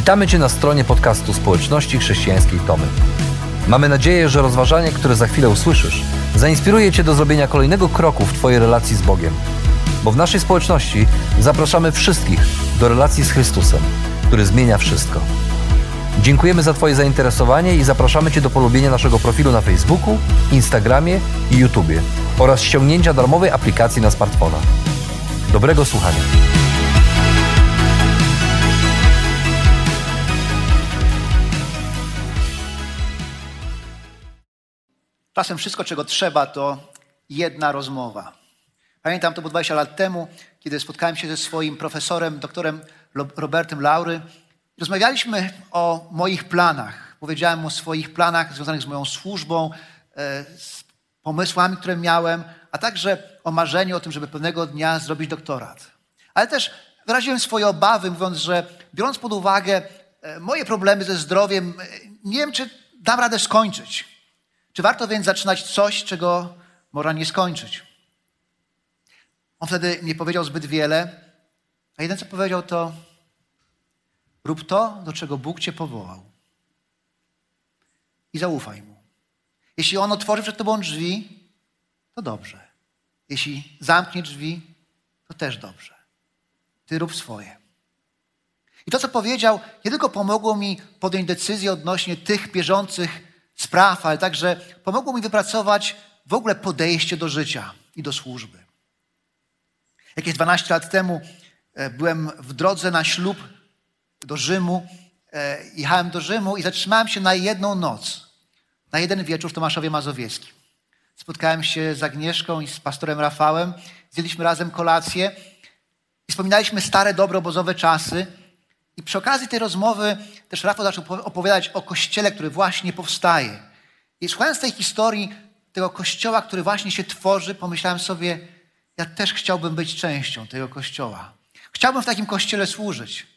Witamy Cię na stronie podcastu Społeczności Chrześcijańskiej Tomy. Mamy nadzieję, że rozważanie, które za chwilę usłyszysz, zainspiruje Cię do zrobienia kolejnego kroku w Twojej relacji z Bogiem. Bo w naszej społeczności zapraszamy wszystkich do relacji z Chrystusem, który zmienia wszystko. Dziękujemy za Twoje zainteresowanie i zapraszamy Cię do polubienia naszego profilu na Facebooku, Instagramie i YouTubie oraz ściągnięcia darmowej aplikacji na smartfona. Dobrego słuchania. Czasem wszystko, czego trzeba, to jedna rozmowa. Pamiętam, to było 20 lat temu, kiedy spotkałem się ze swoim profesorem, doktorem Robertem Laury. Rozmawialiśmy o moich planach. Powiedziałem mu o swoich planach związanych z moją służbą, z pomysłami, które miałem, a także o marzeniu o tym, żeby pewnego dnia zrobić doktorat. Ale też wyraziłem swoje obawy, mówiąc, że biorąc pod uwagę moje problemy ze zdrowiem, nie wiem, czy dam radę skończyć. Czy warto więc zaczynać coś, czego można nie skończyć? On wtedy nie powiedział zbyt wiele, a jedyne, co powiedział, to rób to, do czego Bóg cię powołał. I zaufaj Mu. Jeśli On otworzy przed tobą drzwi, to dobrze. Jeśli zamknie drzwi, to też dobrze. Ty rób swoje. I to, co powiedział, nie tylko pomogło mi podjąć decyzję odnośnie tych bieżących spraw, ale także pomogło mi wypracować w ogóle podejście do życia i do służby. Jakieś 12 lat temu byłem w drodze na ślub do Rzymu. Jechałem do Rzymu i zatrzymałem się na jedną noc, na jeden wieczór w Tomaszowie Mazowieckim. Spotkałem się z Agnieszką i z pastorem Rafałem. Zjedliśmy razem kolację i wspominaliśmy stare, dobre obozowe czasy. I przy okazji tej rozmowy też Rafał zaczął opowiadać o kościele, który właśnie powstaje. I słuchając tej historii, tego kościoła, który właśnie się tworzy, pomyślałem sobie, ja też chciałbym być częścią tego kościoła. Chciałbym w takim kościele służyć.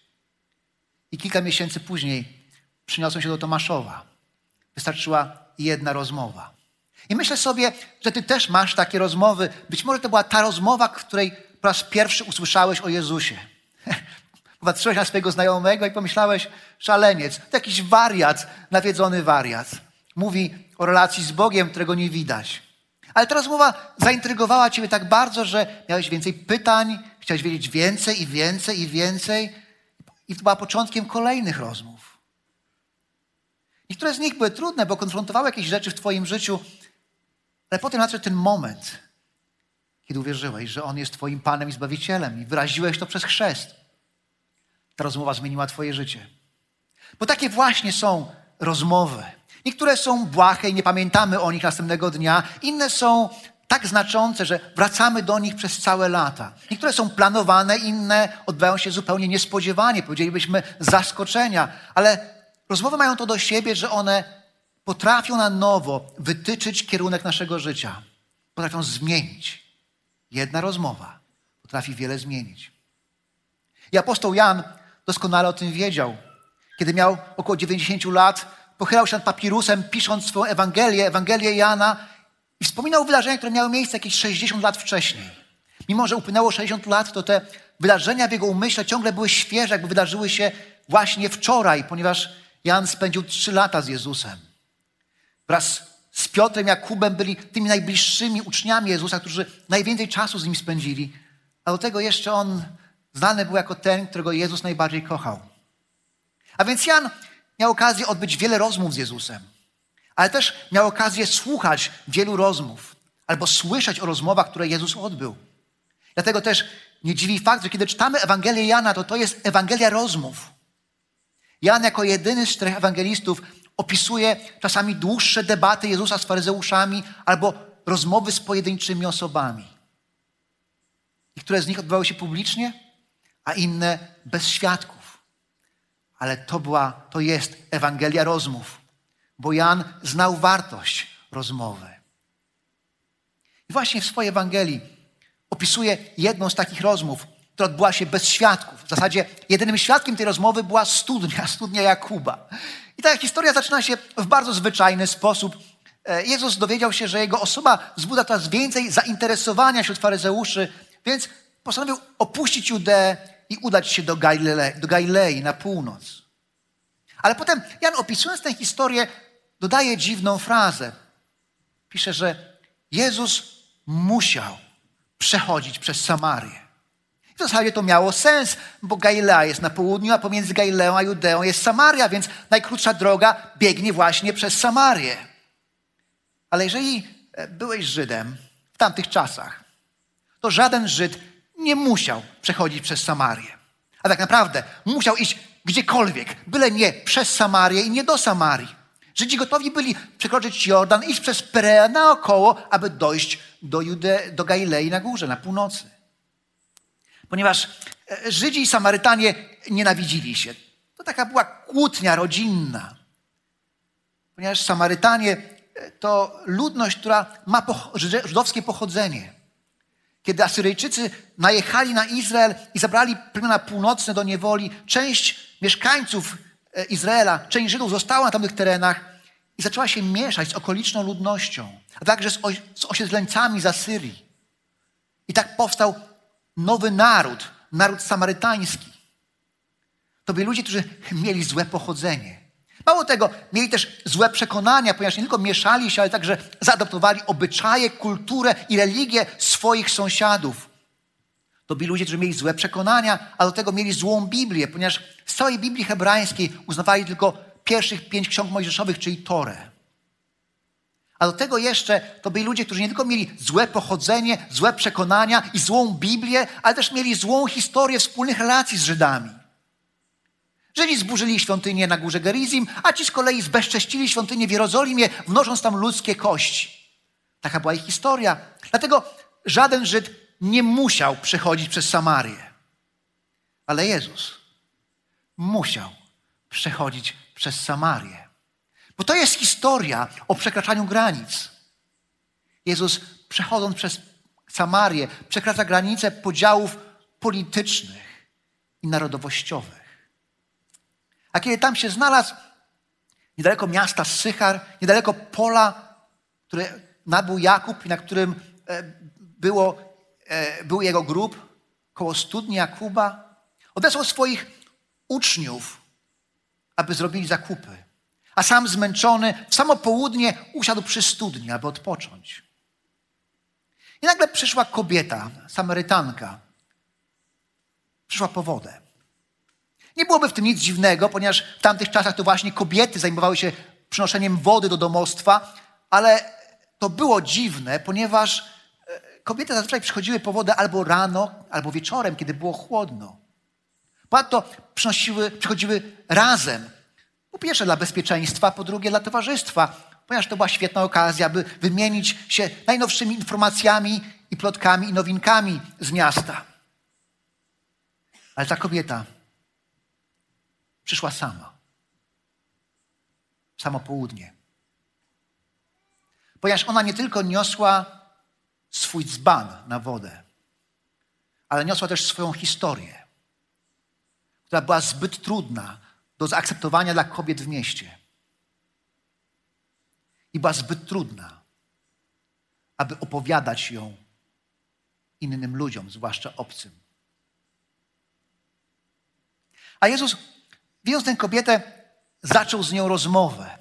I kilka miesięcy później przyniosłem się do Tomaszowa. Wystarczyła jedna rozmowa. I myślę sobie, że ty też masz takie rozmowy. Być może to była ta rozmowa, w której po raz pierwszy usłyszałeś o Jezusie. Popatrzyłeś na swojego znajomego i pomyślałeś, szaleniec, to jakiś wariat, nawiedzony wariat. Mówi o relacji z Bogiem, którego nie widać. Ale ta rozmowa zaintrygowała ciebie tak bardzo, że miałeś więcej pytań, chciałeś wiedzieć więcej i więcej i więcej. I to była początkiem kolejnych rozmów. Niektóre z nich były trudne, bo konfrontowały jakieś rzeczy w twoim życiu, ale potem nadszedł ten moment, kiedy uwierzyłeś, że On jest twoim Panem i Zbawicielem i wyraziłeś to przez chrzest. Ta rozmowa zmieniła twoje życie. Bo takie właśnie są rozmowy. Niektóre są błahe i nie pamiętamy o nich następnego dnia. Inne są tak znaczące, że wracamy do nich przez całe lata. Niektóre są planowane, inne odbywają się zupełnie niespodziewanie. Powiedzielibyśmy zaskoczenia. Ale rozmowy mają to do siebie, że one potrafią na nowo wytyczyć kierunek naszego życia. Potrafią zmienić. Jedna rozmowa potrafi wiele zmienić. I apostoł Jan doskonale o tym wiedział. Kiedy miał około 90 lat, pochylał się nad papirusem, pisząc swoją Ewangelię Jana i wspominał wydarzenia, które miały miejsce jakieś 60 lat wcześniej. Mimo że upłynęło 60 lat, to te wydarzenia w jego umyśle ciągle były świeże, jakby wydarzyły się właśnie wczoraj, ponieważ Jan spędził 3 lata z Jezusem. Wraz z Piotrem, Jakubem byli tymi najbliższymi uczniami Jezusa, którzy najwięcej czasu z nim spędzili. A do tego jeszcze on znany był jako ten, którego Jezus najbardziej kochał. A więc Jan miał okazję odbyć wiele rozmów z Jezusem, ale też miał okazję słuchać wielu rozmów albo słyszeć o rozmowach, które Jezus odbył. Dlatego też nie dziwi fakt, że kiedy czytamy Ewangelię Jana, to jest Ewangelia rozmów. Jan jako jedyny z 4 ewangelistów opisuje czasami dłuższe debaty Jezusa z faryzeuszami albo rozmowy z pojedynczymi osobami. Niektóre z nich odbywały się publicznie, a inne bez świadków. Ale to jest Ewangelia rozmów, bo Jan znał wartość rozmowy. I właśnie w swojej Ewangelii opisuje jedną z takich rozmów, która odbyła się bez świadków. W zasadzie jedynym świadkiem tej rozmowy była studnia Jakuba. I ta historia zaczyna się w bardzo zwyczajny sposób. Jezus dowiedział się, że jego osoba wzbudza coraz więcej zainteresowania wśród faryzeuszy, więc postanowił opuścić Judeę i udać się do Galilei na północ. Ale potem Jan, opisując tę historię, dodaje dziwną frazę. Pisze, że Jezus musiał przechodzić przez Samarię. W zasadzie to miało sens, bo Galilea jest na południu, a pomiędzy Galileą a Judeą jest Samaria, więc najkrótsza droga biegnie właśnie przez Samarię. Ale jeżeli byłeś Żydem w tamtych czasach, to żaden Żyd nie musiał przechodzić przez Samarię. A tak naprawdę musiał iść gdziekolwiek, byle nie przez Samarię i nie do Samarii. Żydzi gotowi byli przekroczyć Jordan, iść przez Pereę naokoło, aby dojść do Galilei na górze, na północy. Ponieważ Żydzi i Samarytanie nienawidzili się. To taka była kłótnia rodzinna. Ponieważ Samarytanie to ludność, która ma żydowskie pochodzenie. Kiedy Asyryjczycy najechali na Izrael i zabrali plemiona północne do niewoli, część mieszkańców Izraela, część Żydów została na tamtych terenach i zaczęła się mieszać z okoliczną ludnością, a także z osiedleńcami z Asyrii. I tak powstał nowy naród, naród samarytański. To byli ludzie, którzy mieli złe pochodzenie. Mało tego, mieli też złe przekonania, ponieważ nie tylko mieszali się, ale także zaadoptowali obyczaje, kulturę i religię swoich sąsiadów. To byli ludzie, którzy mieli złe przekonania, a do tego mieli złą Biblię, ponieważ z całej Biblii hebrajskiej uznawali tylko pierwszych 5 ksiąg mojżeszowych, czyli Torę. A do tego jeszcze to byli ludzie, którzy nie tylko mieli złe pochodzenie, złe przekonania i złą Biblię, ale też mieli złą historię wspólnych relacji z Żydami. Żydzi zburzyli świątynię na górze Gerizim, a ci z kolei zbezcześcili świątynię w Jerozolimie, wnosząc tam ludzkie kości. Taka była ich historia. Dlatego żaden Żyd nie musiał przechodzić przez Samarię. Ale Jezus musiał przechodzić przez Samarię. Bo to jest historia o przekraczaniu granic. Jezus, przechodząc przez Samarię, przekracza granice podziałów politycznych i narodowościowych. A kiedy tam się znalazł, niedaleko miasta Sychar, niedaleko pola, które nabył Jakub i na którym był jego grób, koło studni Jakuba, odesłał swoich uczniów, aby zrobili zakupy. A sam zmęczony w samo południe usiadł przy studni, aby odpocząć. I nagle przyszła kobieta, Samarytanka. Przyszła po wodę. Nie byłoby w tym nic dziwnego, ponieważ w tamtych czasach to właśnie kobiety zajmowały się przynoszeniem wody do domostwa, ale to było dziwne, ponieważ kobiety zazwyczaj przychodziły po wodę albo rano, albo wieczorem, kiedy było chłodno. Ponadto przychodziły razem. Po pierwsze dla bezpieczeństwa, po drugie dla towarzystwa, ponieważ to była świetna okazja, aby wymienić się najnowszymi informacjami i plotkami i nowinkami z miasta. Ale ta kobieta przyszła sama. W samo południe. Ponieważ ona nie tylko niosła swój dzban na wodę, ale niosła też swoją historię, która była zbyt trudna do zaakceptowania dla kobiet w mieście. I była zbyt trudna, aby opowiadać ją innym ludziom, zwłaszcza obcym. A Jezus, widząc tę kobietę, zaczął z nią rozmowę.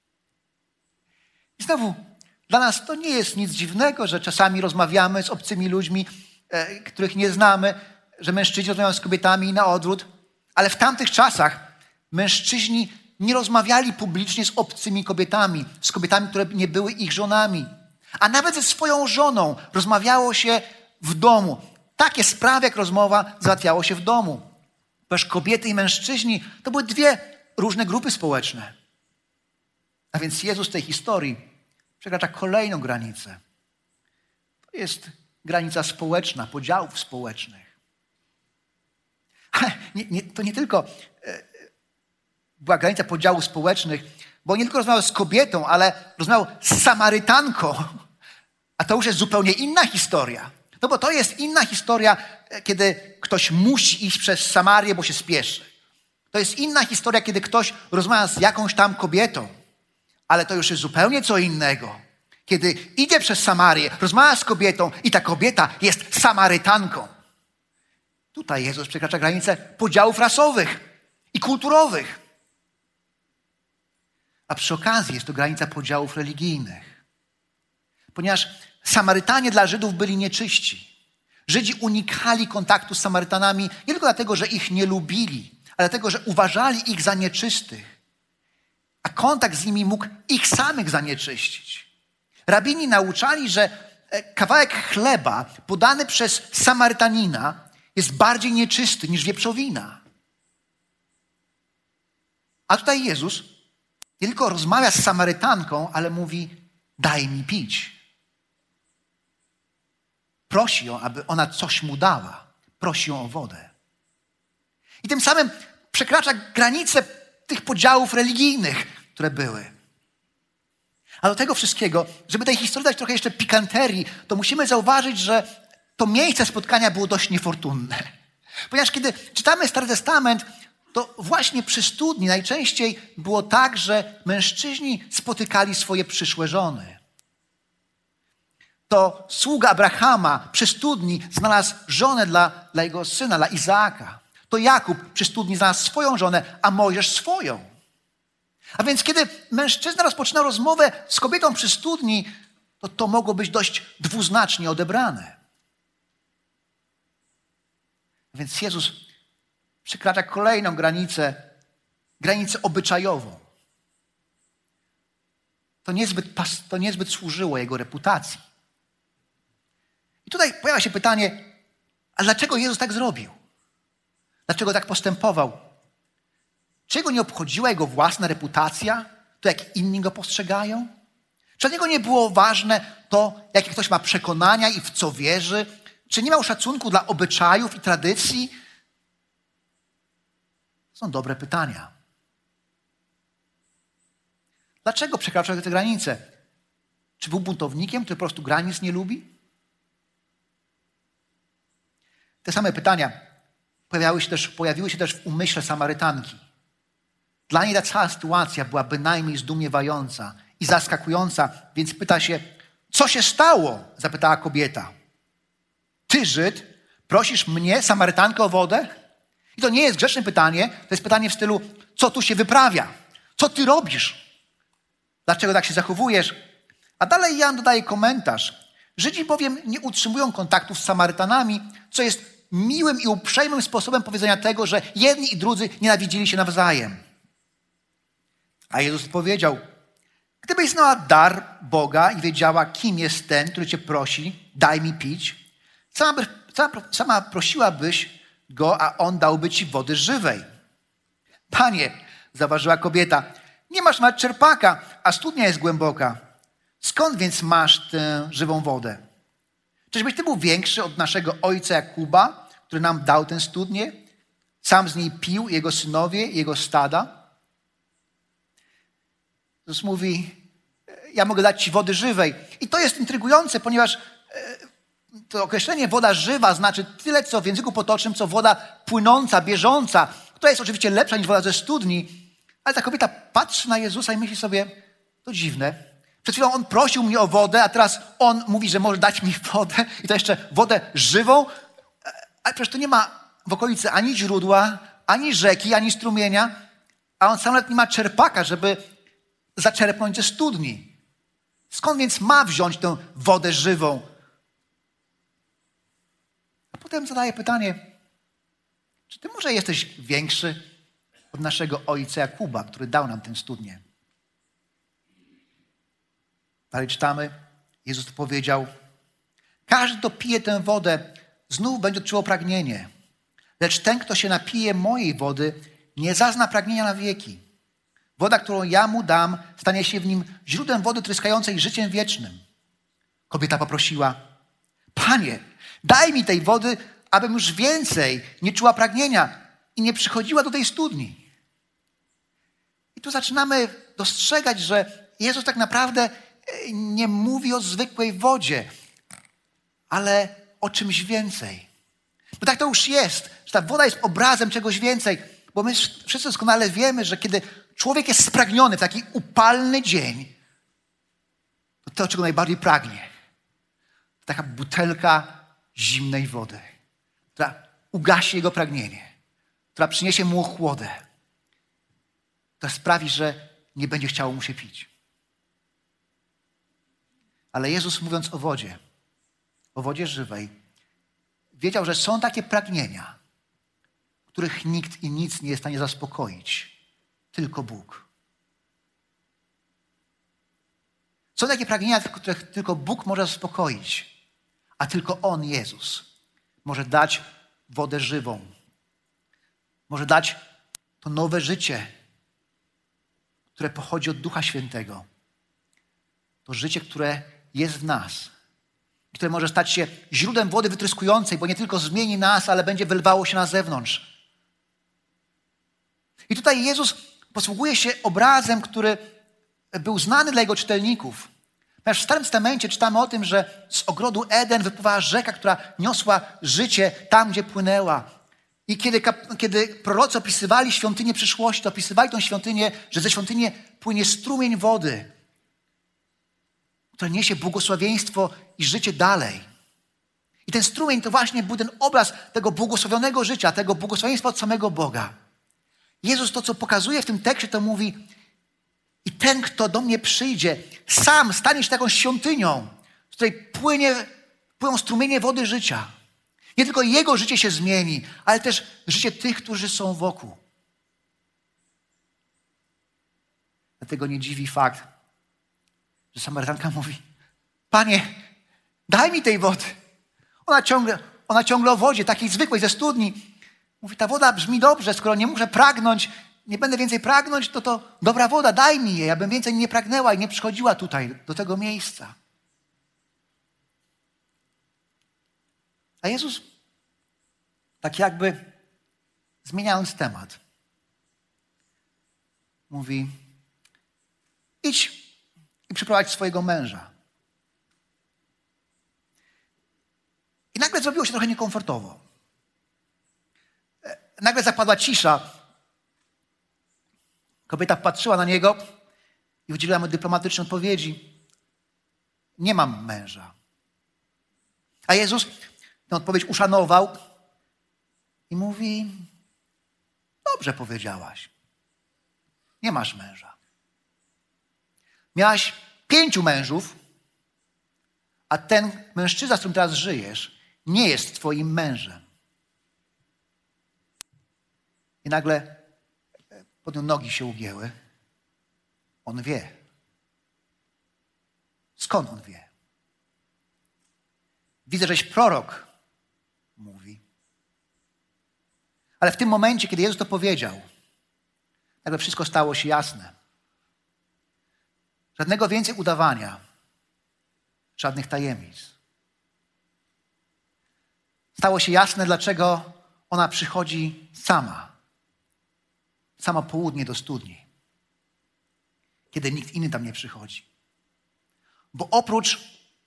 I znowu, dla nas to nie jest nic dziwnego, że czasami rozmawiamy z obcymi ludźmi, których nie znamy, że mężczyźni rozmawiają z kobietami i na odwrót, ale w tamtych czasach mężczyźni nie rozmawiali publicznie z obcymi kobietami, z kobietami, które nie były ich żonami. A nawet ze swoją żoną rozmawiało się w domu. Takie sprawy jak rozmowa załatwiało się w domu. Ponieważ kobiety i mężczyźni to były dwie różne grupy społeczne. A więc Jezus w tej historii przekracza kolejną granicę. To jest granica społeczna, podziałów społecznych. Ale to nie tylko była granica podziałów społecznych, bo nie tylko rozmawiał z kobietą, ale rozmawiał z Samarytanką. A to już jest zupełnie inna historia. No bo to jest inna historia, kiedy ktoś musi iść przez Samarię, bo się spieszy. To jest inna historia, kiedy ktoś rozmawia z jakąś tam kobietą. Ale to już jest zupełnie co innego. Kiedy idzie przez Samarię, rozmawia z kobietą i ta kobieta jest Samarytanką. Tutaj Jezus przekracza granice podziałów rasowych i kulturowych. A przy okazji jest to granica podziałów religijnych. Ponieważ Samarytanie dla Żydów byli nieczyści. Żydzi unikali kontaktu z Samarytanami nie tylko dlatego, że ich nie lubili, ale dlatego, że uważali ich za nieczystych. A kontakt z nimi mógł ich samych zanieczyścić. Rabini nauczali, że kawałek chleba podany przez Samarytanina jest bardziej nieczysty niż wieprzowina. A tutaj Jezus nie tylko rozmawia z Samarytanką, ale mówi: daj mi pić. Prosi ją, aby ona coś mu dała. Prosi ją o wodę. I tym samym przekracza granice tych podziałów religijnych, które były. A do tego wszystkiego, żeby tej historii dać trochę jeszcze pikanterii, to musimy zauważyć, że to miejsce spotkania było dość niefortunne. Ponieważ kiedy czytamy Stary Testament, to właśnie przy studni najczęściej było tak, że mężczyźni spotykali swoje przyszłe żony. To sługa Abrahama przy studni znalazł żonę dla jego syna, dla Izaaka. To Jakub przy studni znalazł swoją żonę, a Mojżesz swoją. A więc kiedy mężczyzna rozpoczynał rozmowę z kobietą przy studni, to mogło być dość dwuznacznie odebrane. A więc Jezus przekracza kolejną granicę obyczajową. To niezbyt służyło jego reputacji. I tutaj pojawia się pytanie, a dlaczego Jezus tak zrobił? Dlaczego tak postępował? Czy jego nie obchodziła jego własna reputacja? To, jak inni go postrzegają? Czy dla niego nie było ważne to, jakie ktoś ma przekonania i w co wierzy? Czy nie miał szacunku dla obyczajów i tradycji? To są dobre pytania. Dlaczego przekraczał te granice? Czy był buntownikiem, który po prostu granic nie lubi? Te same pytania pojawiły się też w umyśle Samarytanki. Dla niej ta cała sytuacja była bynajmniej zdumiewająca i zaskakująca, więc pyta się, co się stało? Zapytała kobieta. Ty, Żyd, prosisz mnie, Samarytankę, o wodę? I to nie jest grzeczne pytanie, to jest pytanie w stylu, co tu się wyprawia? Co ty robisz? Dlaczego tak się zachowujesz? A dalej Jan dodaje komentarz. Żydzi bowiem nie utrzymują kontaktów z Samarytanami, co jest miłym i uprzejmym sposobem powiedzenia tego, że jedni i drudzy nienawidzili się nawzajem. A Jezus odpowiedział, gdybyś znała dar Boga i wiedziała, kim jest ten, który cię prosi, daj mi pić, sama prosiłabyś go, a on dałby ci wody żywej. Panie, zauważyła kobieta, nie masz nawet czerpaka, a studnia jest głęboka. Skąd więc masz tę żywą wodę? Czyżbyś ty był większy od naszego ojca Jakuba, który nam dał tę studnię? Sam z niej pił, jego synowie, jego stada? Jezus mówi, ja mogę dać ci wody żywej. I to jest intrygujące, ponieważ to określenie woda żywa znaczy tyle, co w języku potocznym, co woda płynąca, bieżąca, która jest oczywiście lepsza niż woda ze studni. Ale ta kobieta patrzy na Jezusa i myśli sobie, to dziwne. Przed chwilą on prosił mnie o wodę, a teraz on mówi, że może dać mi wodę i to jeszcze wodę żywą. Ale przecież tu nie ma w okolicy ani źródła, ani rzeki, ani strumienia, a on sam nawet nie ma czerpaka, żeby zaczerpnąć ze studni. Skąd więc ma wziąć tę wodę żywą? A potem zadaje pytanie, czy ty może jesteś większy od naszego ojca Jakuba, który dał nam tę studnię? Dalej czytamy, Jezus powiedział, każdy, kto pije tę wodę, znów będzie odczuwał pragnienie. Lecz ten, kto się napije mojej wody, nie zazna pragnienia na wieki. Woda, którą ja mu dam, stanie się w nim źródłem wody tryskającej życiem wiecznym. Kobieta poprosiła, Panie, daj mi tej wody, abym już więcej nie czuła pragnienia i nie przychodziła do tej studni. I tu zaczynamy dostrzegać, że Jezus tak naprawdę nie mówi o zwykłej wodzie, ale o czymś więcej. Bo tak to już jest, że ta woda jest obrazem czegoś więcej, bo my wszyscy doskonale wiemy, że kiedy człowiek jest spragniony w taki upalny dzień, to czego najbardziej pragnie, to taka butelka zimnej wody, która ugasi jego pragnienie, która przyniesie mu ochłodę, która sprawi, że nie będzie chciało mu się pić. Ale Jezus, mówiąc o wodzie żywej, wiedział, że są takie pragnienia, których nikt i nic nie jest w stanie zaspokoić. Tylko Bóg. Są takie pragnienia, których tylko Bóg może zaspokoić, a tylko On, Jezus, może dać wodę żywą. Może dać to nowe życie, które pochodzi od Ducha Świętego. To życie, które jest w nas, które może stać się źródłem wody wytryskującej, bo nie tylko zmieni nas, ale będzie wylewało się na zewnątrz. I tutaj Jezus posługuje się obrazem, który był znany dla Jego czytelników. Ponieważ w Starym Testamencie czytamy o tym, że z ogrodu Eden wypływała rzeka, która niosła życie tam, gdzie płynęła. I kiedy prorocy opisywali świątynię przyszłości, to opisywali tę świątynię, że ze świątyni płynie strumień wody, który niesie błogosławieństwo i życie dalej. I ten strumień to właśnie był ten obraz tego błogosławionego życia, tego błogosławieństwa od samego Boga. Jezus to, co pokazuje w tym tekście, to mówi: i ten, kto do mnie przyjdzie, sam stanie się taką świątynią, z której płyną strumienie wody życia. Nie tylko jego życie się zmieni, ale też życie tych, którzy są wokół. Dlatego nie dziwi fakt, że Samarytanka mówi: Panie, daj mi tej wody. Ona ciągle o wodzie, takiej zwykłej, ze studni. Mówi: ta woda brzmi dobrze, skoro nie muszę pragnąć, nie będę więcej pragnąć, to dobra woda, daj mi jej, abym więcej nie pragnęła i nie przychodziła tutaj, do tego miejsca. A Jezus, tak jakby zmieniając temat, mówi: idź i przyprowadź swojego męża. I nagle zrobiło się trochę niekomfortowo. Nagle zapadła cisza. Kobieta patrzyła na niego i udzieliła mu dyplomatycznej odpowiedzi: nie mam męża. A Jezus tę odpowiedź uszanował i mówi: dobrze powiedziałaś. Nie masz męża. Miałaś 5 mężów, a ten mężczyzna, z którym teraz żyjesz, nie jest twoim mężem. I nagle pod nią nogi się ugięły. On wie. Skąd on wie? Widzę, żeś prorok, mówi. Ale w tym momencie, kiedy Jezus to powiedział, nagle wszystko stało się jasne. Żadnego więcej udawania, żadnych tajemnic. Stało się jasne, dlaczego ona przychodzi sama południe do studni, kiedy nikt inny tam nie przychodzi. Bo oprócz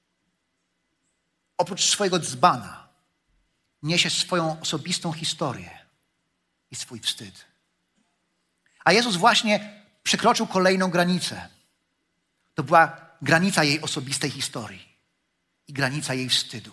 swojego dzbana niesie swoją osobistą historię i swój wstyd. A Jezus właśnie przekroczył kolejną granicę. To była granica jej osobistej historii i granica jej wstydu.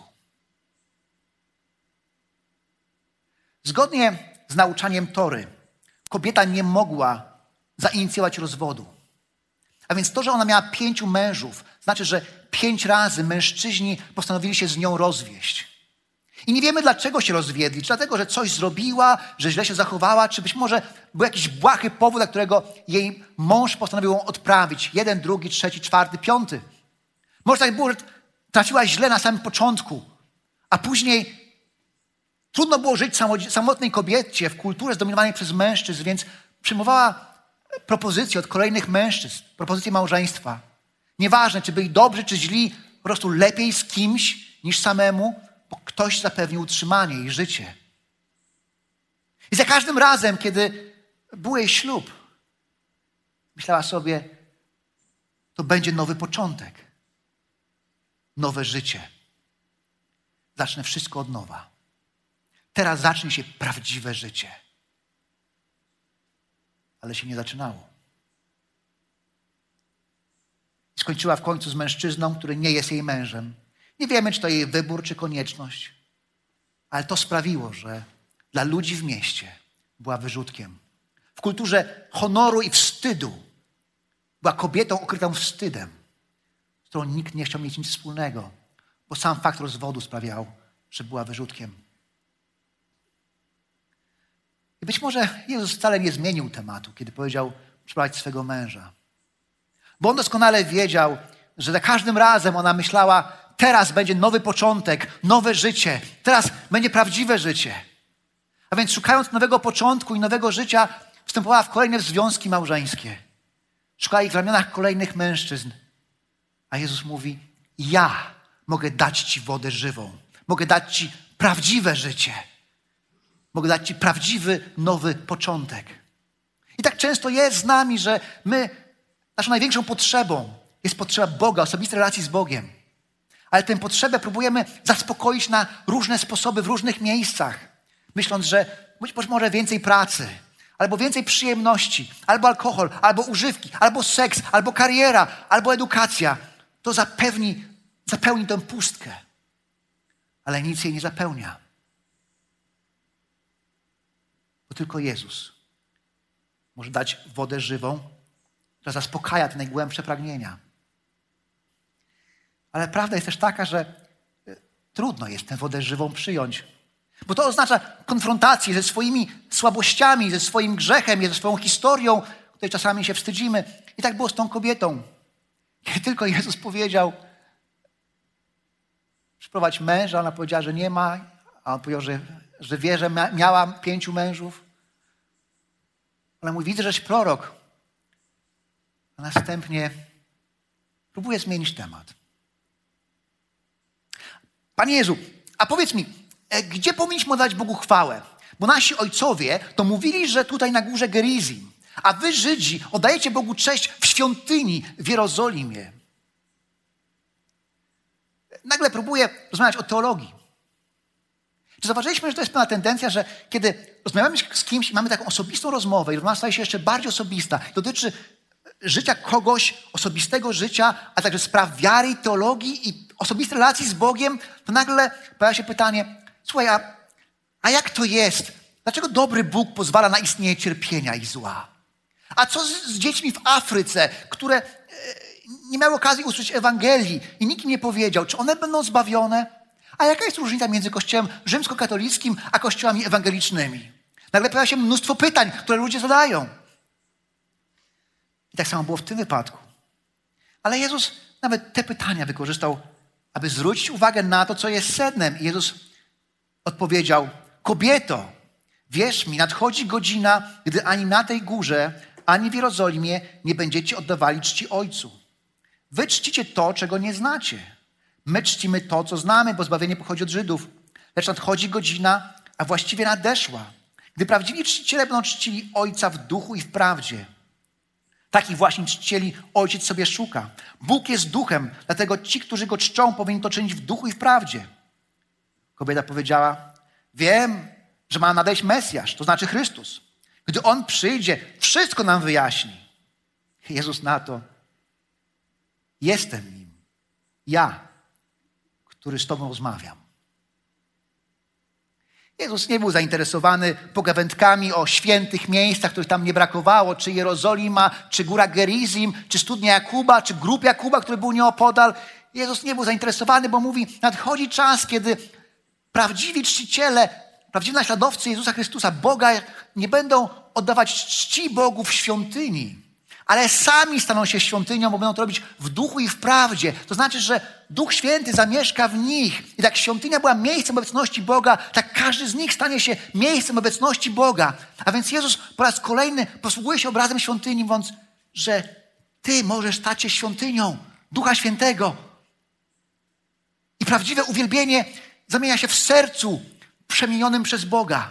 Zgodnie z nauczaniem Tory, kobieta nie mogła zainicjować rozwodu. A więc to, że ona miała 5 mężów, znaczy, że 5 razy mężczyźni postanowili się z nią rozwieść. I nie wiemy, dlaczego się rozwiedli. Czy dlatego, że coś zrobiła, że źle się zachowała, czy być może był jakiś błahy powód, dla którego jej mąż postanowił ją odprawić. 1, 2, 3, 4, 5. Może tak było, że trafiła źle na samym początku, a później trudno było żyć samotnej kobiecie w kulturze zdominowanej przez mężczyzn, więc przyjmowała propozycje od kolejnych mężczyzn, propozycje małżeństwa. Nieważne, czy byli dobrzy, czy źli, po prostu lepiej z kimś niż samemu, bo ktoś zapewnił utrzymanie i życie. I za każdym razem, kiedy był jej ślub, myślała sobie: to będzie nowy początek, nowe życie. Zacznę wszystko od nowa. Teraz zacznie się prawdziwe życie. Ale się nie zaczynało. Skończyła w końcu z mężczyzną, który nie jest jej mężem. Nie wiemy, czy to jej wybór, czy konieczność, ale to sprawiło, że dla ludzi w mieście była wyrzutkiem. W kulturze honoru i wstydu Była kobietą okrytą wstydem, z którą nikt nie chciał mieć nic wspólnego, bo sam fakt rozwodu sprawiał, że była wyrzutkiem. I być może Jezus wcale nie zmienił tematu, kiedy powiedział przyprowadź swego męża. Bo on doskonale wiedział, że za każdym razem ona myślała, teraz będzie nowy początek, nowe życie, teraz będzie prawdziwe życie. A więc szukając nowego początku i nowego życia, wstępowała w kolejne związki małżeńskie. Szukała ich w ramionach kolejnych mężczyzn. A Jezus mówi, ja mogę dać ci wodę żywą. Mogę dać ci prawdziwe życie. Mogę dać ci prawdziwy, nowy początek. I tak często jest z nami, że naszą największą potrzebą jest potrzeba Boga, osobistej relacji z Bogiem. Ale tę potrzebę próbujemy zaspokoić na różne sposoby, w różnych miejscach. Myśląc, że być może więcej pracy, albo więcej przyjemności, albo alkohol, albo używki, albo seks, albo kariera, albo edukacja. To zapełni tę pustkę. Ale nic jej nie zapełnia. Bo tylko Jezus może dać wodę żywą, która zaspokaja te najgłębsze pragnienia. Ale prawda jest też taka, że trudno jest tę wodę żywą przyjąć. Bo to oznacza konfrontację ze swoimi słabościami, ze swoim grzechem, ze swoją historią, której czasami się wstydzimy. I tak było z tą kobietą. Kiedy tylko Jezus powiedział, przyprowadź męża, ona powiedziała, że nie ma, a on powiedział, że wie, że miała 5 mężów. Ale mówi, widzę, żeś prorok. A następnie próbuje zmienić temat. Panie Jezu, a powiedz mi, gdzie powinniśmy dać Bogu chwałę? Bo nasi ojcowie to mówili, że tutaj na górze Gerizim, a wy Żydzi oddajecie Bogu cześć w świątyni w Jerozolimie. Nagle próbuję rozmawiać o teologii. Czy zauważyliśmy, że to jest pewna tendencja, że kiedy rozmawiamy z kimś i mamy taką osobistą rozmowę i rozmowa staje się jeszcze bardziej osobista, dotyczy życia kogoś, osobistego życia, a także spraw wiary i teologii i osobistej relacji z Bogiem, to nagle pojawia się pytanie, słuchaj, a jak to jest? Dlaczego dobry Bóg pozwala na istnienie cierpienia i zła? A co z dziećmi w Afryce, które nie miały okazji usłyszeć Ewangelii i nikt im nie powiedział, czy one będą zbawione? A jaka jest różnica między Kościołem rzymskokatolickim a kościołami ewangelicznymi? Nagle pojawia się mnóstwo pytań, które ludzie zadają. I tak samo było w tym wypadku. Ale Jezus nawet te pytania wykorzystał, aby zwrócić uwagę na to, co jest sednem. I Jezus odpowiedział, kobieto, wierz mi, nadchodzi godzina, gdy ani na tej górze, ani w Jerozolimie nie będziecie oddawali czci Ojcu. Wy czcicie to, czego nie znacie. My czcimy to, co znamy, bo zbawienie pochodzi od Żydów. Lecz nadchodzi godzina, a właściwie nadeszła, gdy prawdziwi czciciele będą czcili Ojca w duchu i w prawdzie. Takich właśnie czcicieli Ojciec sobie szuka. Bóg jest duchem, dlatego ci, którzy Go czczą, powinni to czynić w duchu i w prawdzie. Kobieta powiedziała, wiem, że ma nadejść Mesjasz, to znaczy Chrystus. Gdy On przyjdzie, wszystko nam wyjaśni. Jezus na to, jestem nim. Ja, który z Tobą rozmawiam. Jezus nie był zainteresowany pogawędkami o świętych miejscach, których tam nie brakowało, czy Jerozolima, czy góra Gerizim, czy studnia Jakuba, czy grób Jakuba, który był nieopodal. Jezus nie był zainteresowany, bo mówi, nadchodzi czas, kiedy prawdziwi czciciele, prawdziwi naśladowcy Jezusa Chrystusa, Boga, nie będą oddawać czci Bogu w świątyni, ale sami staną się świątynią, bo będą to robić w duchu i w prawdzie. To znaczy, że Duch Święty zamieszka w nich. I tak świątynia była miejscem obecności Boga, tak każdy z nich stanie się miejscem obecności Boga. A więc Jezus po raz kolejny posługuje się obrazem świątyni, mówiąc, że ty możesz stać się świątynią Ducha Świętego. I prawdziwe uwielbienie zamienia się w sercu przemienionym przez Boga.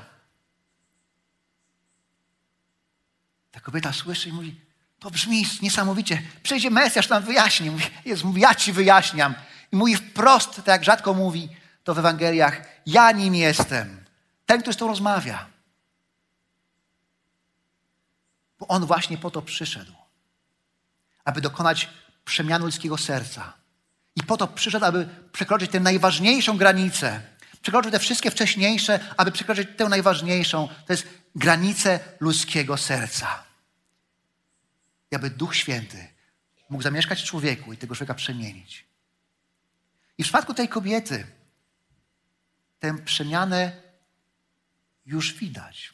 Ta kobieta słyszy i mówi, to brzmi niesamowicie. Przyjdzie Mesjasz, nam wyjaśni. Jezus mówi, ja ci wyjaśniam. I mówi wprost, tak jak rzadko mówi to w Ewangeliach, ja nim jestem. Ten, który z tą rozmawia. Bo On właśnie po to przyszedł. Aby dokonać przemiany ludzkiego serca. I po to przyszedł, aby przekroczyć tę najważniejszą granicę. Przekroczył te wszystkie wcześniejsze, aby przekroczyć tę najważniejszą. To jest granicę ludzkiego serca. I aby Duch Święty mógł zamieszkać w człowieku i tego człowieka przemienić. I w przypadku tej kobiety tę przemianę już widać.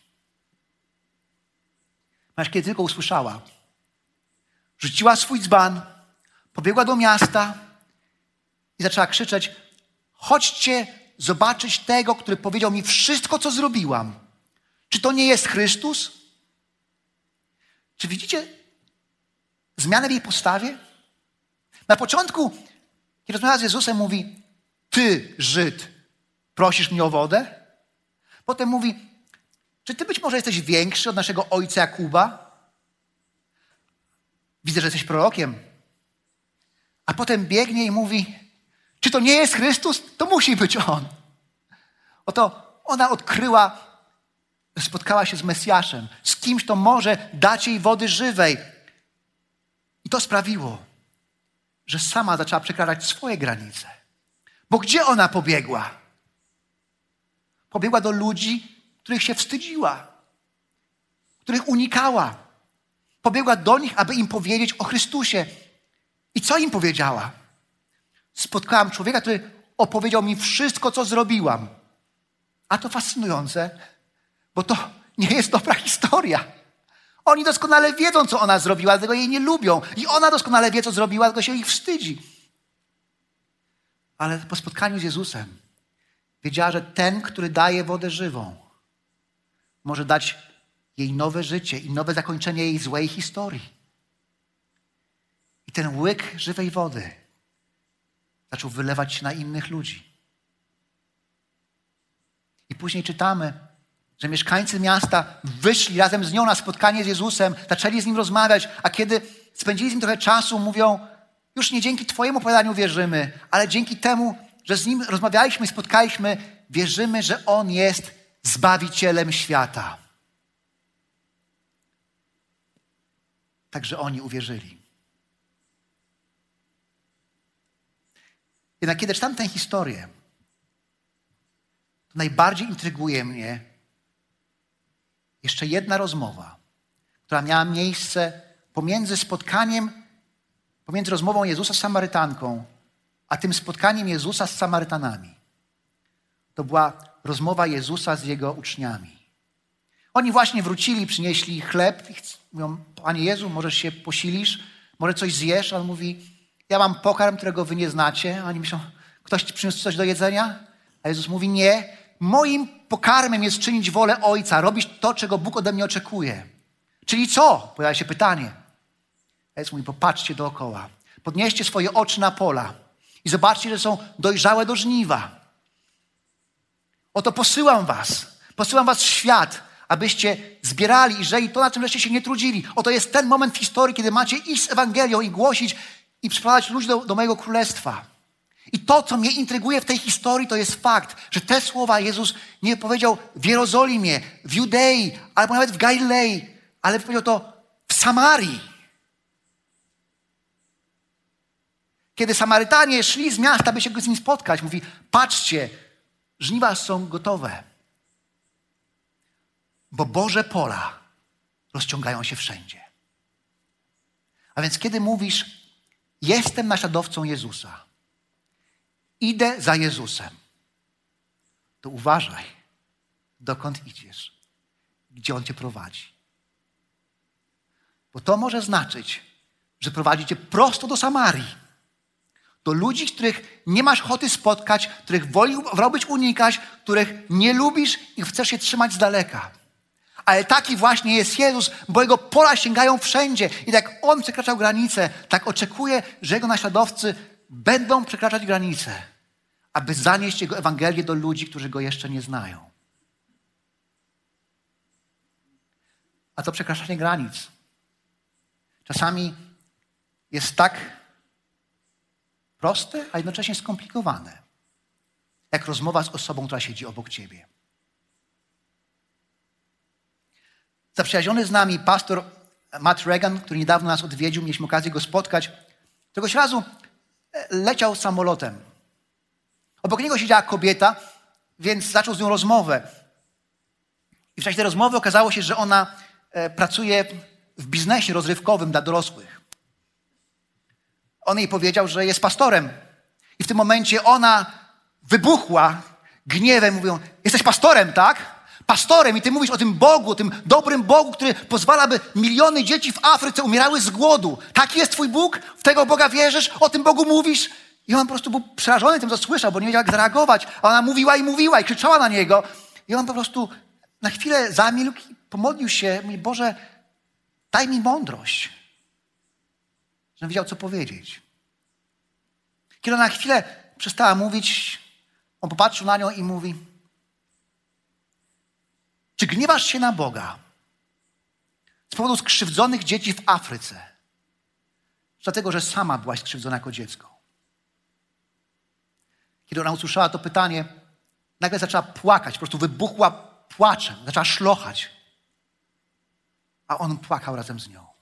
Ponieważ kiedy tylko usłyszała, rzuciła swój dzban, pobiegła do miasta i zaczęła krzyczeć: chodźcie zobaczyć tego, który powiedział mi wszystko, co zrobiłam. Czy to nie jest Chrystus? Czy widzicie zmianę w jej postawie? Na początku, kiedy rozmawia z Jezusem, mówi: ty, Żyd, prosisz mnie o wodę? Potem mówi: czy ty być może jesteś większy od naszego ojca Jakuba? Widzę, że jesteś prorokiem. A potem biegnie i mówi: czy to nie jest Chrystus? To musi być On. Oto ona odkryła, że spotkała się z Mesjaszem, z kimś, kto może dać jej wody żywej. I to sprawiło, że sama zaczęła przekraczać swoje granice. Bo gdzie ona pobiegła? Pobiegła do ludzi, których się wstydziła, których unikała. Pobiegła do nich, aby im powiedzieć o Chrystusie. I co im powiedziała? Spotkałam człowieka, który opowiedział mi wszystko, co zrobiłam. A to fascynujące, bo to nie jest dobra historia. Oni doskonale wiedzą, co ona zrobiła, dlatego jej nie lubią. I ona doskonale wie, co zrobiła, dlatego się ich wstydzi. Ale po spotkaniu z Jezusem wiedziała, że ten, który daje wodę żywą, może dać jej nowe życie i nowe zakończenie jej złej historii. I ten łyk żywej wody zaczął wylewać się na innych ludzi. I później czytamy, że mieszkańcy miasta wyszli razem z nią na spotkanie z Jezusem, zaczęli z Nim rozmawiać, a kiedy spędzili z Nim trochę czasu, mówią: już nie dzięki Twojemu opowiadaniu wierzymy, ale dzięki temu, że z Nim rozmawialiśmy i spotkaliśmy, wierzymy, że On jest Zbawicielem świata. Także oni uwierzyli. Jednak kiedy czytam tę historię, to najbardziej intryguje mnie jeszcze jedna rozmowa, która miała miejsce pomiędzy rozmową Jezusa z Samarytanką, a tym spotkaniem Jezusa z Samarytanami. To była rozmowa Jezusa z Jego uczniami. Oni właśnie wrócili, przynieśli chleb i mówią: Panie Jezu, może się posilisz, może coś zjesz? A On mówi: ja mam pokarm, którego wy nie znacie. A oni myślą: ktoś ci przyniósł coś do jedzenia? A Jezus mówi: nie. Moim pokarmem jest czynić wolę Ojca, robić to, czego Bóg ode mnie oczekuje. Czyli co? Pojawia się pytanie. A Jezus mówi: popatrzcie dookoła. Podnieście swoje oczy na pola i zobaczcie, że są dojrzałe do żniwa. Oto posyłam was w świat, abyście zbierali i żyli to, na czym żeście się nie trudzili. Oto jest ten moment w historii, kiedy macie iść z Ewangelią i głosić i przyprowadzać ludzi do mojego królestwa. I to, co mnie intryguje w tej historii, to jest fakt, że te słowa Jezus nie powiedział w Jerozolimie, w Judei, albo nawet w Galilei, ale powiedział to w Samarii. Kiedy Samarytanie szli z miasta, by się z nim spotkać, mówi: patrzcie, żniwa są gotowe, bo Boże pola rozciągają się wszędzie. A więc kiedy mówisz: jestem naśladowcą Jezusa, idę za Jezusem, to uważaj, dokąd idziesz, gdzie On cię prowadzi. Bo to może znaczyć, że prowadzi cię prosto do Samarii, do ludzi, których nie masz ochoty spotkać, których wolałbyś unikać, których nie lubisz i chcesz się trzymać z daleka. Ale taki właśnie jest Jezus, bo Jego pola sięgają wszędzie. I tak On przekraczał granice, tak oczekuje, że Jego naśladowcy będą przekraczać granice, aby zanieść Jego Ewangelię do ludzi, którzy Go jeszcze nie znają. A to przekraczanie granic czasami jest tak proste, a jednocześnie skomplikowane, jak rozmowa z osobą, która siedzi obok ciebie. Zaprzyjaźniony z nami pastor Matt Reagan, który niedawno nas odwiedził, mieliśmy okazję go spotkać, któregoś razu leciał samolotem. Obok niego siedziała kobieta, więc zaczął z nią rozmowę. I w czasie tej rozmowy okazało się, że ona pracuje w biznesie rozrywkowym dla dorosłych. on jej powiedział, że jest pastorem. I w tym momencie ona wybuchła gniewem, mówią, jesteś pastorem, tak? Pastorem i ty mówisz o tym Bogu, o tym dobrym Bogu, który pozwala, by miliony dzieci w Afryce umierały z głodu. Taki jest twój Bóg? W tego Boga wierzysz? O tym Bogu mówisz? I on po prostu był przerażony tym, co słyszał, bo nie wiedział, jak zareagować. A ona mówiła i krzyczała na niego. I on po prostu na chwilę zamilkł, pomodlił się, mówi, Boże, daj mi mądrość, żebym wiedział, co powiedzieć. Kiedy ona na chwilę przestała mówić, on popatrzył na nią i mówi, czy gniewasz się na Boga z powodu skrzywdzonych dzieci w Afryce? Dlatego, że sama byłaś skrzywdzona jako dziecko. Kiedy ona usłyszała to pytanie, nagle zaczęła płakać, po prostu wybuchła płaczem, zaczęła szlochać. A on płakał razem z nią.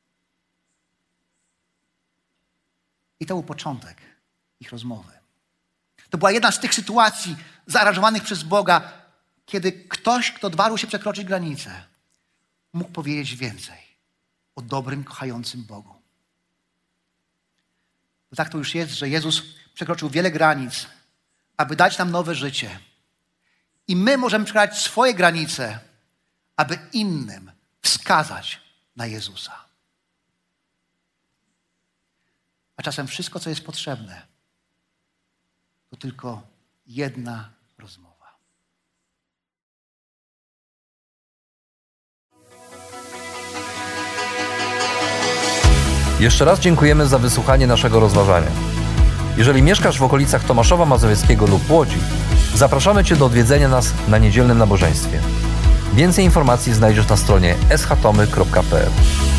I to był początek ich rozmowy. To była jedna z tych sytuacji zaaranżowanych przez Boga, kiedy ktoś, kto odważył się przekroczyć granicę, mógł powiedzieć więcej o dobrym, kochającym Bogu. Bo tak to już jest, że Jezus przekroczył wiele granic, aby dać nam nowe życie. I my możemy przekraczać swoje granice, aby innym wskazać na Jezusa. A czasem wszystko, co jest potrzebne, to tylko jedna rozmowa. Jeszcze raz dziękujemy za wysłuchanie naszego rozważania. Jeżeli mieszkasz w okolicach Tomaszowa Mazowieckiego lub Łodzi, zapraszamy Cię do odwiedzenia nas na niedzielnym nabożeństwie. Więcej informacji znajdziesz na stronie schtomy.pl.